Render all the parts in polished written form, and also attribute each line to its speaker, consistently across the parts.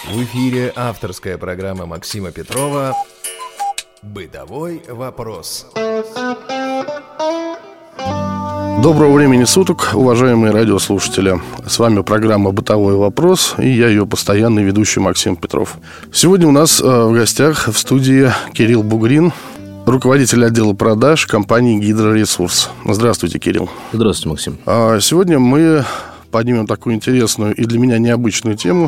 Speaker 1: В эфире авторская программа Максима Петрова «Бытовой вопрос».
Speaker 2: Доброго времени суток, уважаемые радиослушатели. С вами программа «Бытовой вопрос» и я ее постоянный ведущий Максим Петров. Сегодня у нас в гостях в студии Кирилл Бугрин, руководитель отдела продаж компании «Гидроресурс». Здравствуйте, Кирилл.
Speaker 3: Здравствуйте, Максим.
Speaker 2: Сегодня мы поднимем такую интересную и для меня необычную тему.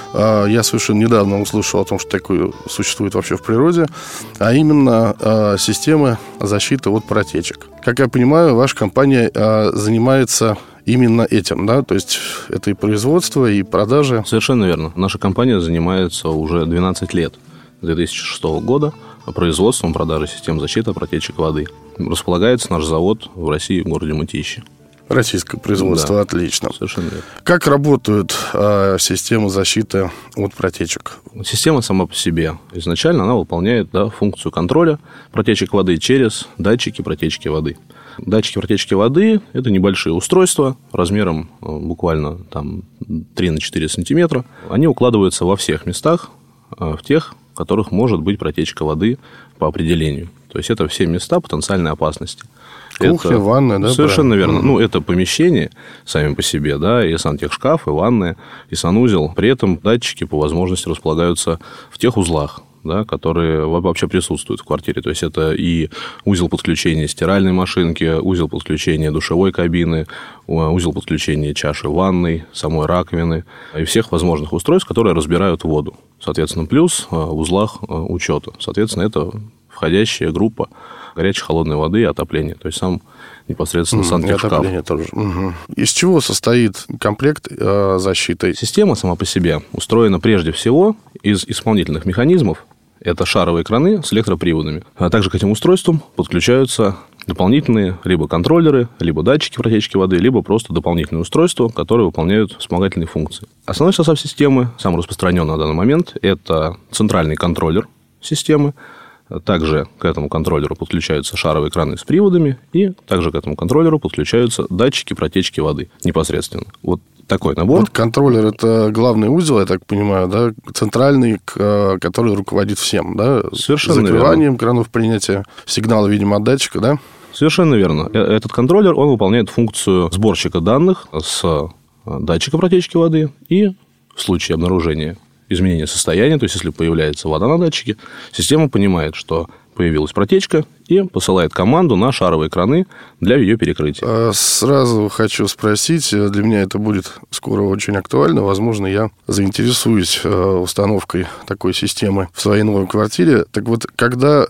Speaker 2: Я совершенно недавно услышал о том, что такое существует вообще в природе, а именно системы защиты от протечек. Как я понимаю, ваша компания занимается именно этим, да? То есть это и производство, и продажи.
Speaker 3: Совершенно верно. Наша компания занимается уже 12 лет, с 2006 года, производством продажи систем защиты от протечек воды. Располагается наш завод в России, в городе Мытищи.
Speaker 2: Российское производство, да. Отлично.
Speaker 3: Совершенно верно.
Speaker 2: Как работают системы защиты от протечек?
Speaker 3: Система сама по себе. Изначально она выполняет функцию контроля протечек воды через датчики протечки воды. Датчики протечки воды – это небольшие устройства размером буквально 3 на 4 сантиметра. Они укладываются во всех местах, в тех, в которых может быть протечка воды по определению. То есть это все места потенциальной опасности.
Speaker 2: Кухня, ванная, да?
Speaker 3: Совершенно верно. Это помещения сами по себе, и сантехшкаф, и ванная, и санузел. При этом датчики по возможности располагаются в тех узлах, которые вообще присутствуют в квартире. То есть это и узел подключения стиральной машинки, узел подключения душевой кабины, узел подключения чаши ванной, самой раковины и всех возможных устройств, которые разбирают воду. Соответственно, плюс в узлах учета. Соответственно, это входящая группа горячей холодной воды и отопления. То есть сам непосредственно сантехшкаф.
Speaker 2: Отопление тоже. Угу. Из чего состоит комплект защиты?
Speaker 3: Система сама по себе устроена прежде всего из исполнительных механизмов. Это шаровые краны с электроприводами. А также к этим устройствам подключаются дополнительные либо контроллеры, либо датчики протечки воды, либо просто дополнительные устройства, которые выполняют вспомогательные функции. Основной состав системы, самый распространенный на данный момент, это центральный контроллер системы. Также к этому контроллеру подключаются шаровые краны с приводами, и также к этому контроллеру подключаются датчики протечки воды непосредственно. Вот такой набор.
Speaker 2: Контроллер – это главный узел, я так понимаю, центральный, который руководит всем,
Speaker 3: Совершенно
Speaker 2: закрыванием
Speaker 3: верно.
Speaker 2: Кранов принятия сигнала, видимо, от датчика, да?
Speaker 3: Совершенно верно. Этот контроллер, он выполняет функцию сборщика данных с датчика протечки воды, и в случае обнаружения изменение состояния, то есть если появляется вода на датчике, система понимает, что появилась протечка, и посылает команду на шаровые краны для ее перекрытия.
Speaker 2: Сразу хочу спросить, для меня это будет скоро очень актуально, возможно, я заинтересуюсь установкой такой системы в своей новой квартире. Так вот, когда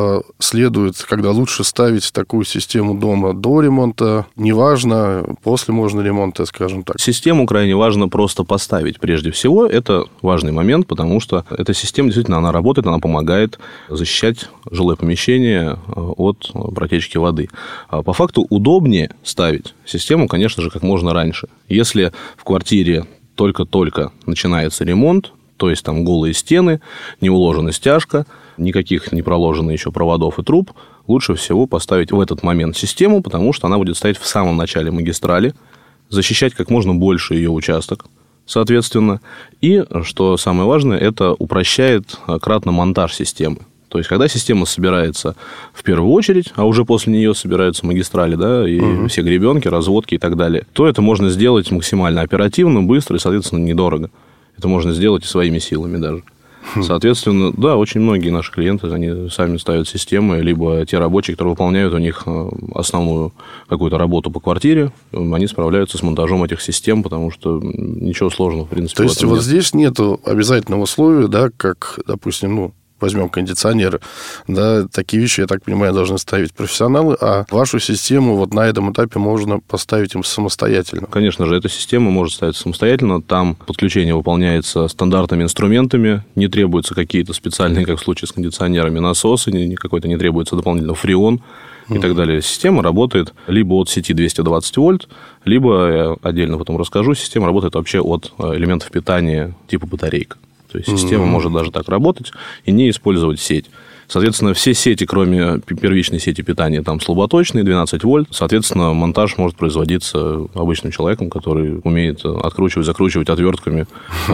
Speaker 2: лучше ставить такую систему дома? До ремонта, неважно, после можно ремонта, скажем так?
Speaker 3: Систему крайне важно просто поставить прежде всего. Это важный момент, потому что эта система действительно, она работает, она помогает защищать жилое помещение от протечки воды. По факту удобнее ставить систему, конечно же, как можно раньше. Если в квартире только-только начинается ремонт, то есть там голые стены, не уложена стяжка, никаких не проложено еще проводов и труб, лучше всего поставить в этот момент систему, потому что она будет стоять в самом начале магистрали, защищать как можно больше ее участок, соответственно. И, что самое важное, это упрощает кратно монтаж системы. То есть, когда система собирается в первую очередь, а уже после нее собираются магистрали, и все гребенки, разводки и так далее, то это можно сделать максимально оперативно, быстро и, соответственно, недорого. Это можно сделать и своими силами даже. Соответственно, очень многие наши клиенты, они сами ставят системы, либо те рабочие, которые выполняют у них основную какую-то работу по квартире, они справляются с монтажом этих систем, потому что ничего сложного, в принципе,
Speaker 2: то есть, вот здесь нет обязательного условия, как, допустим, возьмем кондиционер, такие вещи, я так понимаю, должны ставить профессионалы, а вашу систему на этом этапе можно поставить им самостоятельно.
Speaker 3: Конечно же, эта система может ставиться самостоятельно, там подключение выполняется стандартными инструментами, не требуются какие-то специальные, как в случае с кондиционерами, насосы, какой-то не требуется дополнительно фреон и так далее. Система работает либо от сети 220 вольт, либо, я отдельно потом расскажу, система работает вообще от элементов питания типа батарейка. То есть система может даже так работать и не использовать сеть. Соответственно, все сети, кроме первичной сети питания, там слаботочные, 12 вольт. Соответственно, монтаж может производиться обычным человеком, который умеет откручивать, закручивать отвертками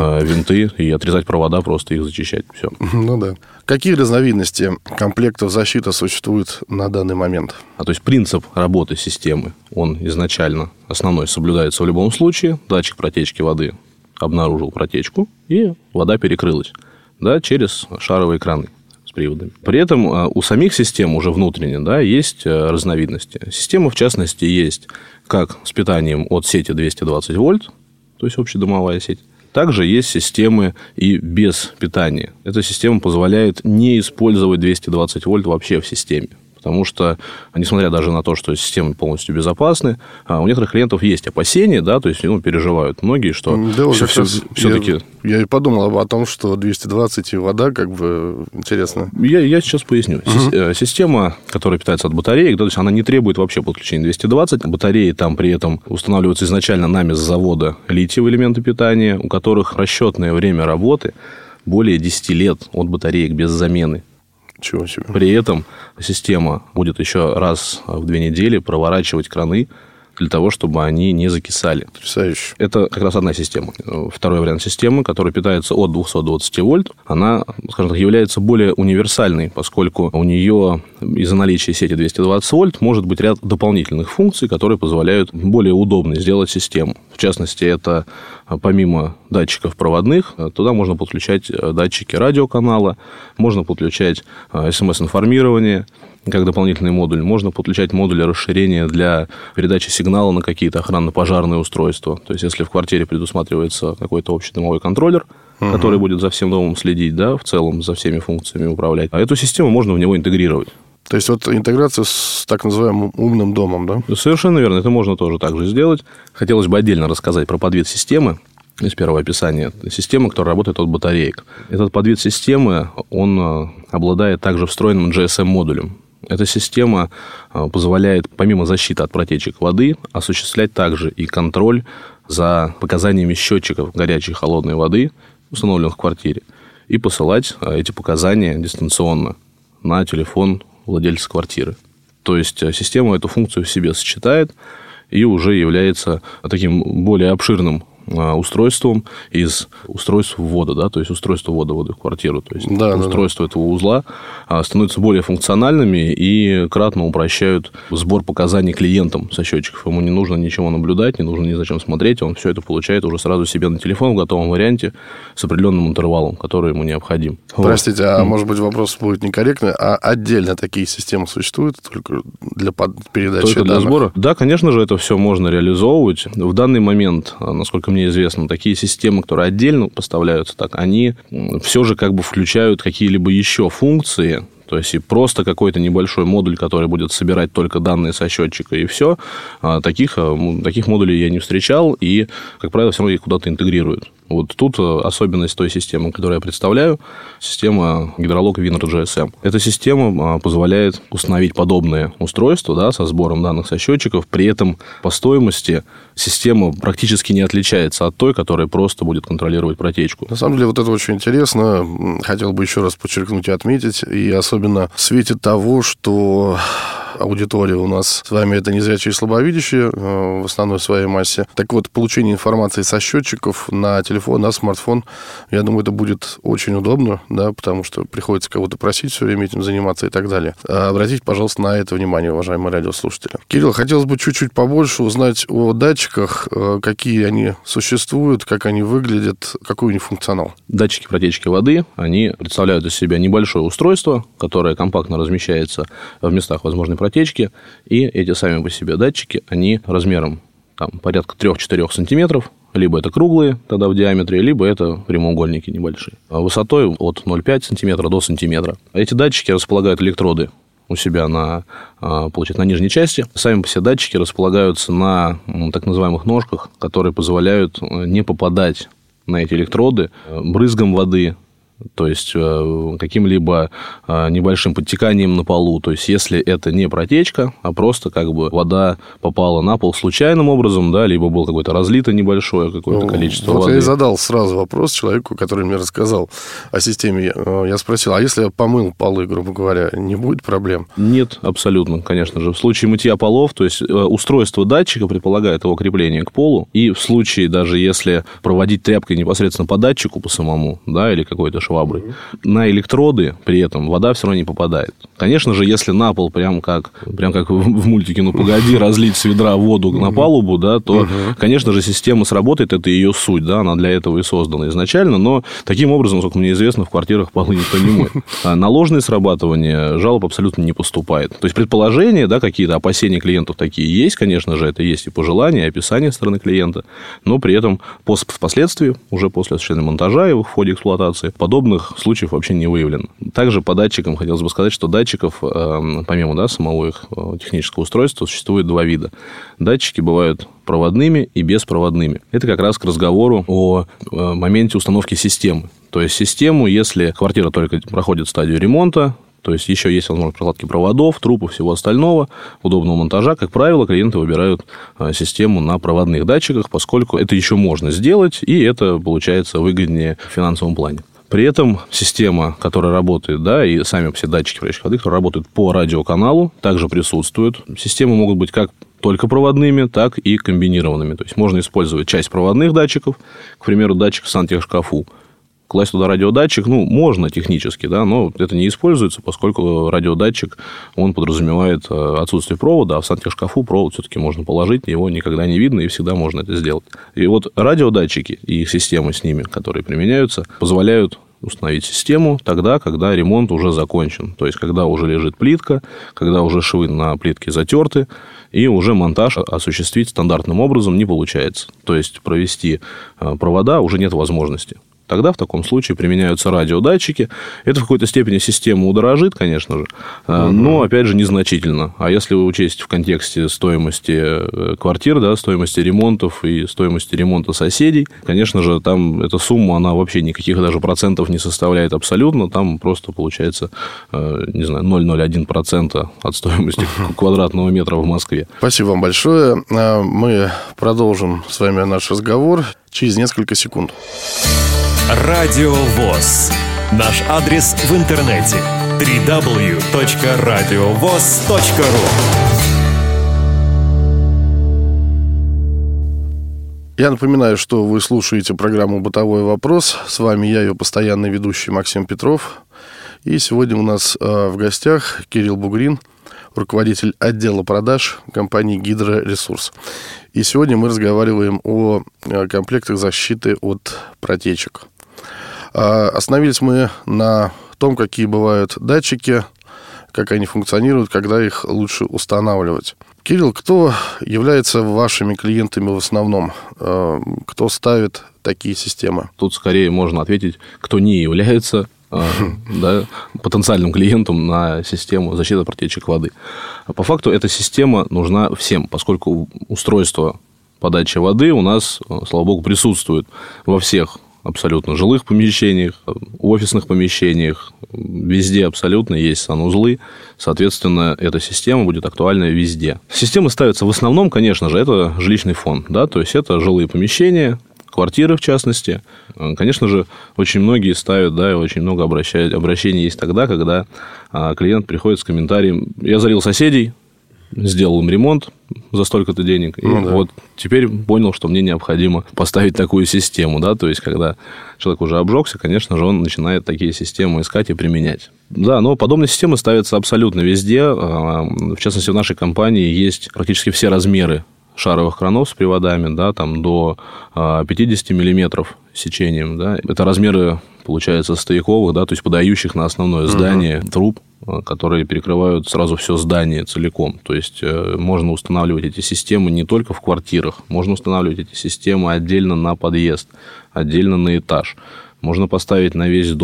Speaker 3: винты и отрезать провода, просто их зачищать. Все.
Speaker 2: Ну да. Какие разновидности комплектов защиты существуют на данный момент?
Speaker 3: То есть принцип работы системы, он изначально основной соблюдается в любом случае. Датчик протечки воды обнаружил протечку, и вода перекрылась, да, через шаровые краны с приводами. При этом у самих систем уже внутренне, да, есть разновидности. Система, в частности, есть как с питанием от сети 220 вольт, то есть общедомовая сеть. Также есть системы и без питания. Эта система позволяет не использовать 220 вольт вообще в системе. Потому что, несмотря даже на то, что системы полностью безопасны, у некоторых клиентов есть опасения, да, то есть переживают многие, что
Speaker 2: да,
Speaker 3: все-таки...
Speaker 2: Я и подумал о том, что 220 и вода, как бы, интересно.
Speaker 3: Я сейчас поясню. Система, которая питается от батареек, да, то есть она не требует вообще подключения 220. Батареи там при этом устанавливаются изначально нами с завода литиевые элементы питания, у которых расчетное время работы более 10 лет от батареек без замены.
Speaker 2: Чего себе.
Speaker 3: При этом система будет еще раз в 2 недели проворачивать краны для того, чтобы они не закисали.
Speaker 2: Потрясающе.
Speaker 3: Это как раз одна система. Второй вариант системы, которая питается от 220 вольт, она, скажем так, является более универсальной, поскольку у нее из-за наличия сети 220 вольт может быть ряд дополнительных функций, которые позволяют более удобно сделать систему. В частности, это помимо датчиков проводных, туда можно подключать датчики радиоканала, можно подключать СМС-информирование, как дополнительный модуль. Можно подключать модули расширения для передачи сигнала на какие-то охранно-пожарные устройства. То есть, если в квартире предусматривается какой-то общедомовой контроллер, который будет за всем домом следить, да, в целом за всеми функциями управлять, а эту систему можно в него интегрировать.
Speaker 2: То есть, вот интеграция с так называемым умным домом, да?
Speaker 3: Совершенно верно. Это можно тоже так же сделать. Хотелось бы отдельно рассказать про подвид системы. Из первого описания. Система, которая работает от батареек. Этот подвид системы, он обладает также встроенным GSM-модулем. Эта система позволяет, помимо защиты от протечек воды, осуществлять также и контроль за показаниями счетчиков горячей и холодной воды, установленных в квартире, и посылать эти показания дистанционно на телефон владельца квартиры. То есть, система эту функцию в себе сочетает и уже является таким более обширным устройством из устройств ввода, да, то есть устройство ввода воды в квартиру, то есть устройство этого узла становятся более функциональными и кратно упрощают сбор показаний клиентам со счетчиков. Ему не нужно ничего наблюдать, не нужно ни зачем смотреть, он все это получает уже сразу себе на телефон в готовом варианте с определенным интервалом, который ему необходим.
Speaker 2: Простите, а может быть вопрос будет некорректный, а отдельно такие системы существуют только для передачи
Speaker 3: только
Speaker 2: данных?
Speaker 3: Для сбора? Да, конечно же, это все можно реализовывать. В данный момент, насколько мне известно, такие системы, которые отдельно поставляются, так, они все же как бы включают какие-либо еще функции. То есть, и просто какой-то небольшой модуль, который будет собирать только данные со счетчика, и все. Таких модулей я не встречал, и, как правило, все равно их куда-то интегрируют. Вот тут особенность той системы, которую я представляю, система Гидролог Winner GSM. Эта система позволяет установить подобные устройства, да, со сбором данных со счетчиков, при этом по стоимости система практически не отличается от той, которая просто будет контролировать протечку.
Speaker 2: На самом деле, вот это очень интересно. Хотел бы еще раз подчеркнуть и отметить, и особенно в свете того, что аудитория у нас с вами это незрячие и слабовидящие в основной своей массе. Так вот, получение информации со счетчиков на телефон, на смартфон, я думаю, это будет очень удобно, да, потому что приходится кого-то просить все время этим заниматься и так далее. Обратите, пожалуйста, на это внимание, уважаемые радиослушатели. Кирилл, хотелось бы чуть-чуть побольше узнать о датчиках, какие они существуют, как они выглядят, какой у них функционал.
Speaker 3: Датчики протечки воды, они представляют из себя небольшое устройство, которое компактно размещается в местах возможной протечки, и эти сами по себе датчики, они размером там, порядка 3-4 сантиметров, либо это круглые тогда в диаметре, либо это прямоугольники небольшие. Высотой от 0,5 сантиметра до сантиметра. Эти датчики располагают электроды у себя на нижней части. Сами по себе датчики располагаются на так называемых ножках, которые позволяют не попадать на эти электроды брызгом воды, то есть каким-либо небольшим подтеканием на полу. То есть если это не протечка, а просто как бы вода попала на пол случайным образом, да, либо было какое-то разлито небольшое какое-то количество воды.
Speaker 2: Я и задал сразу вопрос человеку, который мне рассказал о системе. Я спросил, а если я помыл полы, грубо говоря, не будет проблем?
Speaker 3: Нет, абсолютно, конечно же. В случае мытья полов, то есть устройство датчика предполагает его крепление к полу, и в случае даже если проводить тряпкой непосредственно по датчику по самому, да, или какой-то шваброй, на электроды при этом вода все равно не попадает. Конечно же, если на пол прям как в мультике «Ну, погоди», разлить с ведра воду на палубу, да, то, конечно же, система сработает, это ее суть, да, она для этого и создана изначально, но таким образом, насколько мне известно, в квартирах полы никто не моет. А на ложное срабатывание жалоб абсолютно не поступает. То есть предположения, да, какие-то опасения клиентов такие есть, конечно же, это есть и пожелания, и описание стороны клиента, но при этом впоследствии, уже после осуществления монтажа и в ходе эксплуатации, подобных случаев вообще не выявлено. Также по датчикам хотелось бы сказать, что датчиков, помимо, да, самого их технического устройства, существует два вида. Датчики бывают проводными и беспроводными. Это как раз к разговору о моменте установки системы. То есть систему, если квартира только проходит стадию ремонта, то есть еще есть возможность прокладки проводов, труб и всего остального, удобного монтажа, как правило, клиенты выбирают систему на проводных датчиках, поскольку это еще можно сделать, и это получается выгоднее в финансовом плане. При этом система, которая работает, да, и сами все датчики прячущей воды, которые работают по радиоканалу, также присутствуют. Системы могут быть как только проводными, так и комбинированными. То есть можно использовать часть проводных датчиков, к примеру, датчик в сантехшкафу. Класть туда радиодатчик, можно технически, да, но это не используется, поскольку радиодатчик, он подразумевает отсутствие провода, а в сантехшкафу провод все-таки можно положить, его никогда не видно, и всегда можно это сделать. И вот радиодатчики и их системы с ними, которые применяются, позволяют установить систему тогда, когда ремонт уже закончен. То есть, когда уже лежит плитка, когда уже швы на плитке затерты, и уже монтаж осуществить стандартным образом не получается. То есть, провести провода уже нет возможности. Тогда в таком случае применяются радиодатчики. Это в какой-то степени система удорожит, конечно же, но, опять же, незначительно. А если учесть в контексте стоимости квартир, да, стоимости ремонтов и стоимости ремонта соседей, конечно же, там эта сумма, она вообще никаких даже процентов не составляет абсолютно. Там просто получается, не знаю, 0,01% от стоимости квадратного метра в Москве.
Speaker 2: Спасибо вам большое. Мы продолжим с вами наш разговор через несколько секунд.
Speaker 4: Радио ВОС. Наш адрес в интернете www.radiovoz.ru.
Speaker 2: Я напоминаю, что вы слушаете программу «Бытовой вопрос». С вами я, ее постоянный ведущий Максим Петров. И сегодня у нас в гостях Кирилл Бугрин, руководитель отдела продаж компании «Гидроресурс». И сегодня мы разговариваем о комплектах защиты от протечек. Остановились мы на том, какие бывают датчики, как они функционируют, когда их лучше устанавливать. Кирилл, кто является вашими клиентами в основном? Кто ставит такие системы?
Speaker 3: Тут скорее можно ответить, кто не является потенциальным клиентом на систему защиты от протечек воды. По факту эта система нужна всем, поскольку устройство подачи воды у нас, слава богу, присутствует во всех абсолютно жилых помещениях, офисных помещениях, везде абсолютно есть санузлы, соответственно, эта система будет актуальна везде. Системы ставятся в основном, конечно же, это жилищный фонд, да, то есть это жилые помещения, квартиры, в частности. Конечно же, очень многие ставят, да, и очень много обращений есть тогда, когда клиент приходит с комментарием: я залил соседей, сделал им ремонт за столько-то денег, и вот теперь понял, что мне необходимо поставить такую систему, да, то есть, когда человек уже обжегся, конечно же, он начинает такие системы искать и применять. Да, но подобные системы ставятся абсолютно везде, в частности, в нашей компании есть практически все размеры шаровых кранов с приводами, да, там до 50 миллиметров сечением, да, это размеры, получается, стояковых, да, то есть подающих на основное здание труб, которые перекрывают сразу все здание целиком. То есть можно устанавливать эти системы не только в квартирах, можно устанавливать эти системы отдельно на подъезд, отдельно на этаж. Можно поставить на весь дом.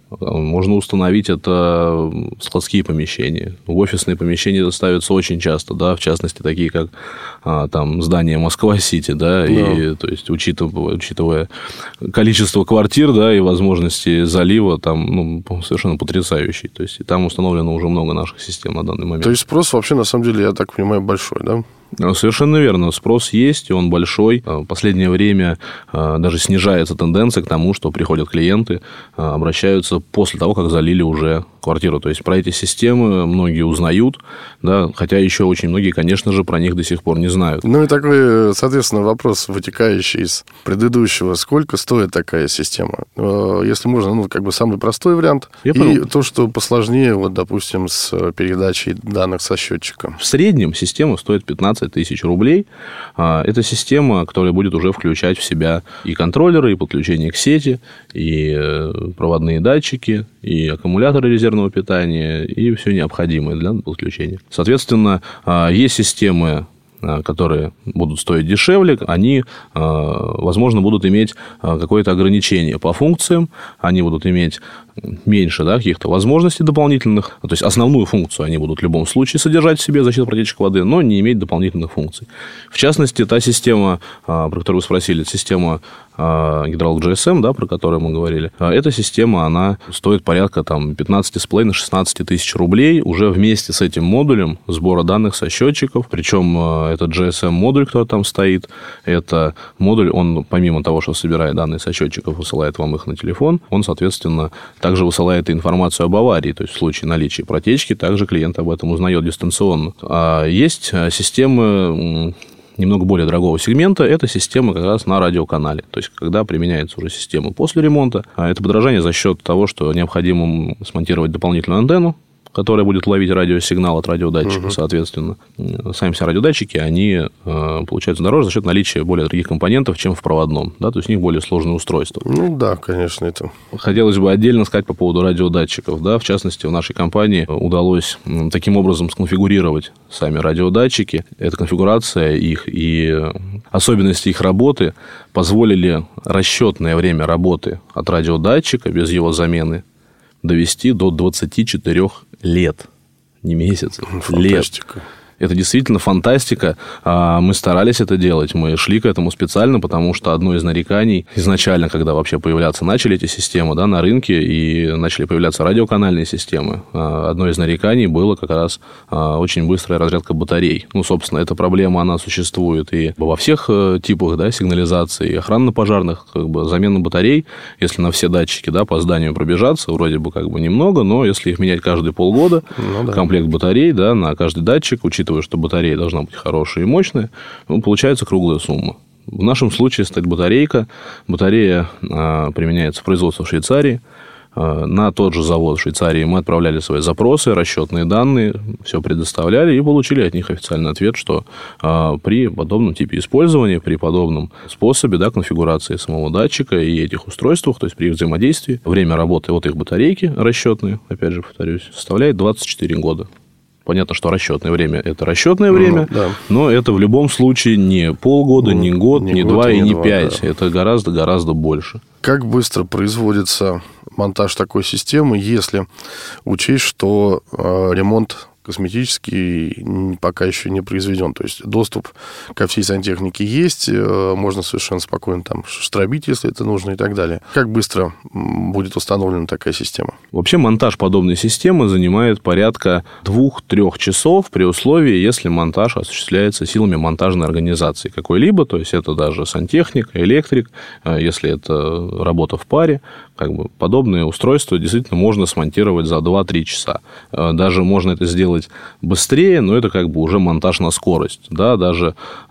Speaker 3: Можно установить это в складские помещения. В офисные помещения это ставится очень часто, да, в частности, такие как там здание Москва-Сити, да, и то есть, учитывая количество квартир, да, и возможности залива, там, совершенно потрясающий. То есть, и там установлено уже много наших систем на данный момент.
Speaker 2: То есть, спрос вообще, на самом деле, я так понимаю, большой, да?
Speaker 3: Совершенно верно. Спрос есть, и он большой. В последнее время даже снижается тенденция к тому, что приходят клиенты, обращаются после того, как залили уже квартиру. То есть, про эти системы многие узнают, да, хотя еще очень многие, конечно же, про них до сих пор не знают.
Speaker 2: Ну, и такой, соответственно, вопрос, вытекающий из предыдущего. Сколько стоит такая система? Если можно, самый простой вариант. То, что посложнее, вот, допустим, с передачей данных со счетчика.
Speaker 3: В среднем система стоит 15 тысяч рублей. Это система, которая будет уже включать в себя и контроллеры, и подключение к сети, и проводные датчики, и аккумуляторы резервного питания, и все необходимое для подключения. Соответственно, есть системы, которые будут стоить дешевле, они, возможно, будут иметь какое-то ограничение по функциям, они будут иметь меньше, да, каких-то возможностей дополнительных. То есть, основную функцию они будут в любом случае содержать в себе, защиту от протечек воды, но не иметь дополнительных функций. В частности, та система, про которую вы спросили, система Hydraulic GSM, да, про которую мы говорили, эта система, она стоит порядка 15,5-16 тысяч рублей уже вместе с этим модулем сбора данных со счетчиков. Причем этот GSM-модуль, который там стоит, это модуль, он помимо того, что собирает данные со счетчиков, высылает вам их на телефон, он, соответственно, также высылает информацию об аварии, то есть в случае наличия протечки, также клиент об этом узнает дистанционно. А есть системы немного более дорогого сегмента, это система как раз на радиоканале. То есть, когда применяется уже система после ремонта, это подражание за счет того, что необходимо смонтировать дополнительную антенну, которая будет ловить радиосигнал от радиодатчика, соответственно. Сами все радиодатчики, они получаются дороже за счет наличия более дорогих компонентов, чем в проводном. Да? То есть, у них более сложные устройства.
Speaker 2: Ну, да, конечно, это...
Speaker 3: Хотелось бы отдельно сказать по поводу радиодатчиков. Да? В частности, в нашей компании удалось таким образом сконфигурировать сами радиодатчики. Эта конфигурация их и особенности их работы позволили расчетное время работы от радиодатчика без его замены довести до 24 лет. Не месяцев, лет. Это действительно фантастика. Мы старались это делать, мы шли к этому специально, потому что одно из нареканий изначально, когда вообще появляться начали эти системы, да, на рынке и начали появляться радиоканальные системы, одно из нареканий было как раз очень быстрая разрядка батарей. Ну, собственно, эта проблема, она существует и во всех типах, да, сигнализации, и охранно-пожарных, замена батарей, если на все датчики, да, по зданию пробежаться, вроде бы немного, но если их менять каждые полгода, комплект батарей, да, на каждый датчик, учитывая, что батарея должна быть хорошая и мощная, получается круглая сумма. В нашем случае стоит батарейка. Батарея применяется в производстве в Швейцарии. На тот же завод в Швейцарии мы отправляли свои запросы, расчетные данные, все предоставляли и получили от них официальный ответ, что при подобном типе использования, при подобном способе, да, конфигурации самого датчика и этих устройствах, то есть при их взаимодействии, время работы от их батарейки расчетные, опять же повторюсь, составляет 24 года. Понятно, что расчетное время – это расчетное время, но это в любом случае не полгода, не год, не 2 и не 5. Да. Это гораздо больше.
Speaker 2: Как быстро производится монтаж такой системы, если учесть, что ремонт косметический пока еще не произведен. То есть, доступ ко всей сантехнике есть, можно совершенно спокойно там штробить, если это нужно, и так далее. Как быстро будет установлена такая система?
Speaker 3: Вообще, монтаж подобной системы занимает порядка 2-3 часов при условии, если монтаж осуществляется силами монтажной организации какой-либо, то есть, это даже сантехник, электрик, если это работа в паре, подобные устройства действительно можно смонтировать за 2-3 часа. Даже можно это сделать быстрее, но это уже монтаж на скорость. Да, даже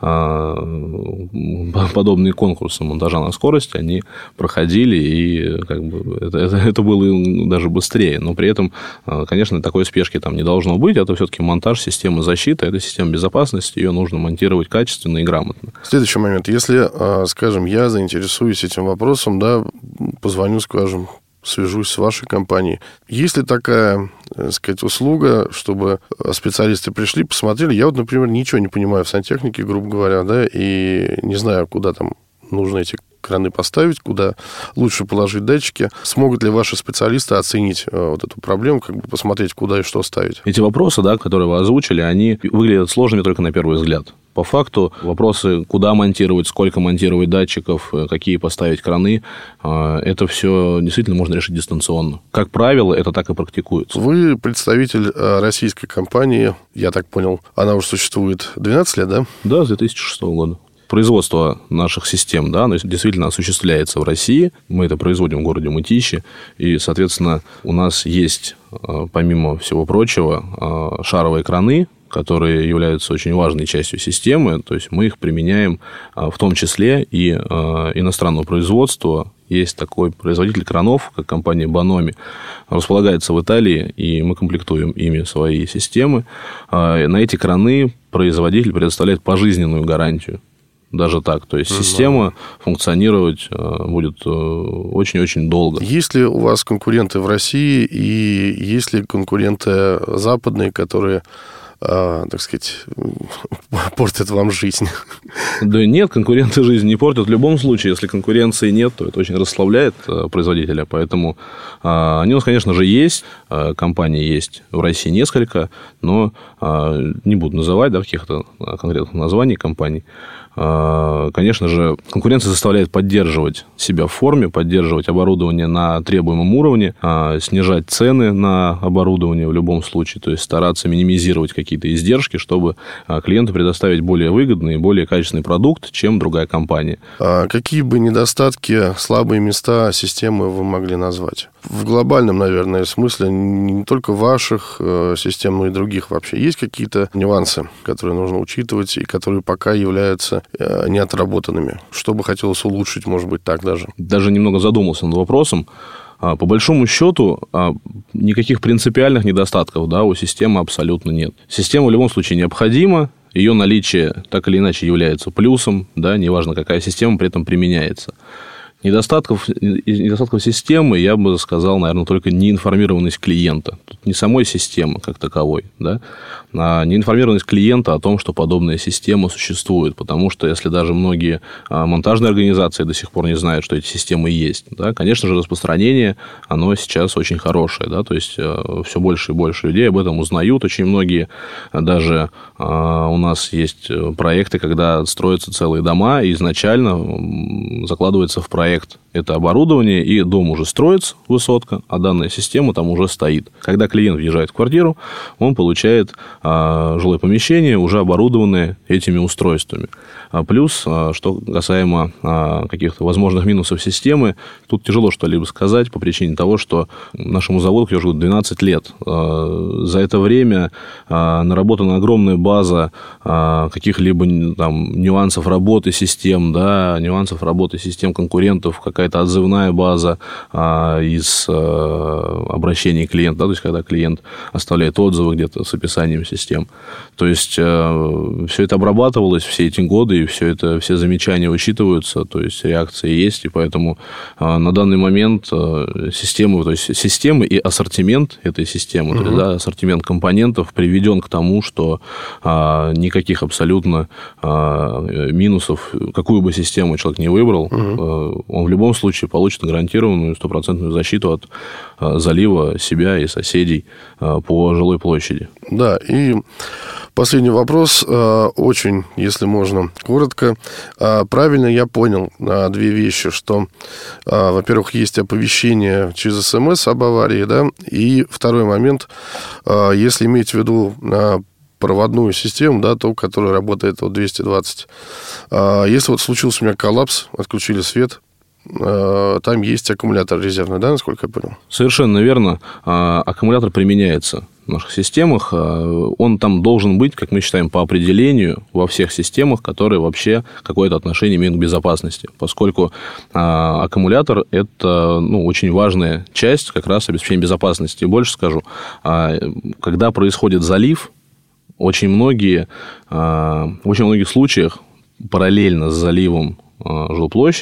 Speaker 3: подобные конкурсы монтажа на скорость, они проходили, и это было даже быстрее. Но при этом, конечно, такой спешки там не должно быть. Это все-таки монтаж системы защиты, это система безопасности, ее нужно монтировать качественно и грамотно.
Speaker 2: Следующий момент. Если, скажем, я заинтересуюсь этим вопросом, да, позвоню, скажем, свяжусь с вашей компанией. Есть ли такая, так сказать, услуга, чтобы специалисты пришли, посмотрели? Я например, ничего не понимаю в сантехнике, грубо говоря, да, и не знаю, куда там нужно эти краны поставить, куда лучше положить датчики. Смогут ли ваши специалисты оценить вот эту проблему, как бы посмотреть, куда и что ставить?
Speaker 3: Эти вопросы, да, которые вы озвучили, они выглядят сложными только на первый взгляд. По факту вопросы, куда монтировать, сколько монтировать датчиков, какие поставить краны, это все действительно можно решить дистанционно. Как правило, это так и практикуется.
Speaker 2: Вы представитель российской компании, я так понял, она уже существует 12 лет, да?
Speaker 3: Да, с 2006 года. Производство наших систем, да, оно действительно осуществляется в России. Мы это производим в городе Мытищи. И, соответственно, у нас есть, помимо всего прочего, шаровые краны, которые являются очень важной частью системы. То есть мы их применяем в том числе и иностранного производства. Есть такой производитель кранов, как компания Bonomi, располагается в Италии, и мы комплектуем ими свои системы. На эти краны производитель предоставляет пожизненную гарантию. Даже так. То есть система функционировать будет очень-очень долго.
Speaker 2: Есть ли у вас конкуренты в России и есть ли конкуренты западные, которые, так сказать, портят вам жизнь?
Speaker 3: Да нет, конкуренты жизнь не портят. В любом случае, если конкуренции нет, то это очень расслабляет производителя. Поэтому они у нас, конечно же, есть. Компаний есть в России несколько, но не буду называть каких-то конкретных названий компаний. Конечно же, конкуренция заставляет поддерживать себя в форме, поддерживать оборудование на требуемом уровне, снижать цены на оборудование в любом случае, то есть стараться минимизировать какие-то издержки, чтобы клиенту предоставить более выгодный и более качественный продукт, чем другая компания.
Speaker 2: Какие бы недостатки, слабые места системы вы могли назвать? В глобальном, наверное, смысле, не только ваших систем, но и других вообще. Есть какие-то нюансы, которые нужно учитывать и которые пока являются неотработанными? Что бы хотелось улучшить, может быть, так даже?
Speaker 3: Даже немного задумался над вопросом. По большому счету, никаких принципиальных недостатков, да, у системы абсолютно нет. Система в любом случае необходима, ее наличие так или иначе является плюсом, да, неважно, какая система при этом применяется. Недостатков системы, я бы сказал, наверное, только неинформированность клиента. Тут не самой системы как таковой, да, а неинформированность клиента о том, что подобная система существует. Потому что если даже многие монтажные организации до сих пор не знают, что эти системы есть, да, конечно же, распространение, оно сейчас очень хорошее. Да, то есть, все больше и больше людей об этом узнают. Очень многие, даже у нас есть проекты, когда строятся целые дома, и изначально закладывается в проект это оборудование, и дом уже строится, высотка, а данная система там уже стоит. Когда клиент въезжает в квартиру, он получает жилое помещение, уже оборудованное этими устройствами. Плюс, что касаемо каких-то возможных минусов системы, тут тяжело что-либо сказать по причине того, что нашему заводу, я уже говорю, 12 лет. За это время наработана огромная база каких-либо там нюансов работы систем, да, нюансов работы систем конкурентов, какая-то отзывная база из обращений клиента, да, то есть когда клиент оставляет отзывы где-то с описанием систем. То есть все это обрабатывалось все эти годы, и все замечания учитываются, то есть реакции есть, и поэтому на данный момент системы и ассортимент этой системы, то есть, да, ассортимент компонентов приведен к тому, что никаких абсолютно минусов, какую бы систему человек не выбрал, он в любом случае получит гарантированную 100% защиту от залива себя и соседей по жилой площади.
Speaker 2: Да, и последний вопрос, очень, если можно, коротко. Правильно я понял две вещи, что, во-первых, есть оповещение через СМС об аварии, да, и второй момент, если иметь в виду проводную систему, да, ту, которая работает 220. Если вот случился у меня коллапс, отключили свет, там есть аккумулятор резервный, да, насколько я понял?
Speaker 3: Совершенно верно. Аккумулятор применяется в наших системах. Он там должен быть, как мы считаем, по определению во всех системах, которые вообще какое-то отношение имеют к безопасности. Поскольку аккумулятор – это очень важная часть как раз обеспечения безопасности. И больше скажу, когда происходит залив, очень многих случаях параллельно с заливом жилплощади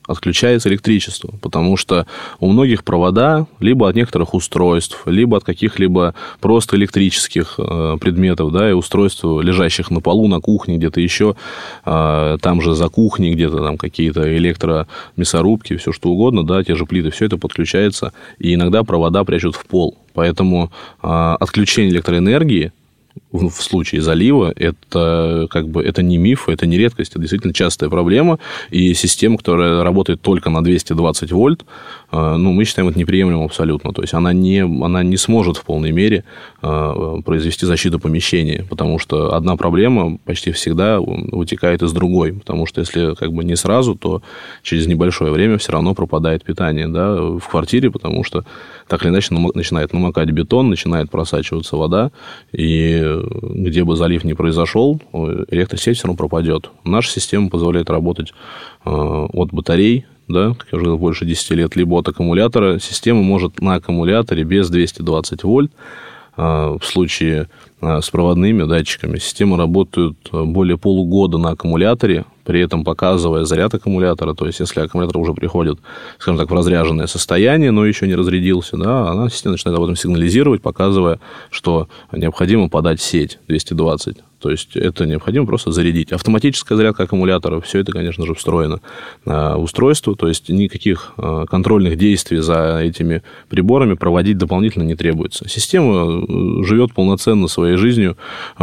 Speaker 3: отключается электричество, потому что у многих провода либо от некоторых устройств, либо от каких-либо просто электрических предметов, да, и устройств, лежащих на полу, на кухне, где-то еще, там же за кухней где-то там какие-то электромясорубки, все что угодно, да, те же плиты, все это подключается, и иногда провода прячут в пол. Поэтому отключение электроэнергии в случае залива, это не миф, это не редкость, это действительно частая проблема. И система, которая работает только на 220 вольт, мы считаем это неприемлемым абсолютно. То есть она не сможет в полной мере произвести защиту помещения, потому что одна проблема почти всегда вытекает из другой. Потому что если не сразу, то через небольшое время все равно пропадает питание, да, в квартире, потому что так или иначе начинает намокать бетон, начинает просачиваться вода, и где бы залив не произошел, электросеть все равно пропадет. Наша система позволяет работать от батарей, да, как я уже говорил, больше 10 лет, либо от аккумулятора. Система может на аккумуляторе без 220 вольт, в случае с проводными датчиками, системы работают более полугода на аккумуляторе, при этом показывая заряд аккумулятора. То есть, если аккумулятор уже приходит, скажем так, в разряженное состояние, но еще не разрядился, да, система начинает об этом сигнализировать, показывая, что необходимо подать сеть 220. То есть, это необходимо просто зарядить. Автоматическая зарядка аккумулятора, все это, конечно же, встроено в устройство. То есть, никаких контрольных действий за этими приборами проводить дополнительно не требуется. Система живет полноценно своей жизнью.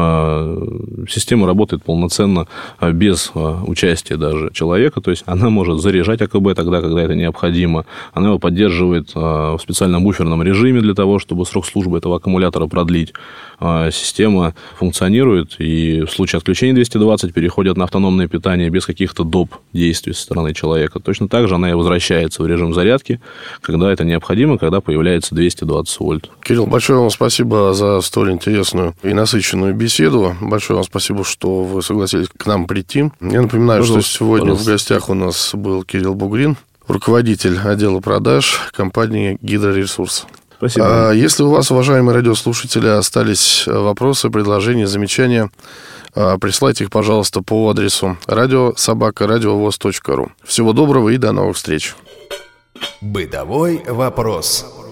Speaker 3: Система работает полноценно без участия даже человека. То есть, она может заряжать АКБ тогда, когда это необходимо. Она его поддерживает в специальном буферном режиме для того, чтобы срок службы этого аккумулятора продлить. Система функционирует, и в случае отключения 220 переходит на автономное питание без каких-то доп. Действий со стороны человека. Точно так же она и возвращается в режим зарядки, когда это необходимо, когда появляется 220 вольт.
Speaker 2: Кирилл, большое вам спасибо за столь интересную и насыщенную беседу. Большое вам спасибо, что вы согласились к нам прийти. Я напоминаю, что сегодня в гостях у нас был Кирилл Бугрин, руководитель отдела продаж компании «Гидроресурс».
Speaker 3: Спасибо.
Speaker 2: Если у вас, уважаемые радиослушатели, остались вопросы, предложения, замечания, присылайте их, пожалуйста, по адресу radio@radiovoz.ru. Всего доброго и до новых встреч.
Speaker 1: Бытовой вопрос.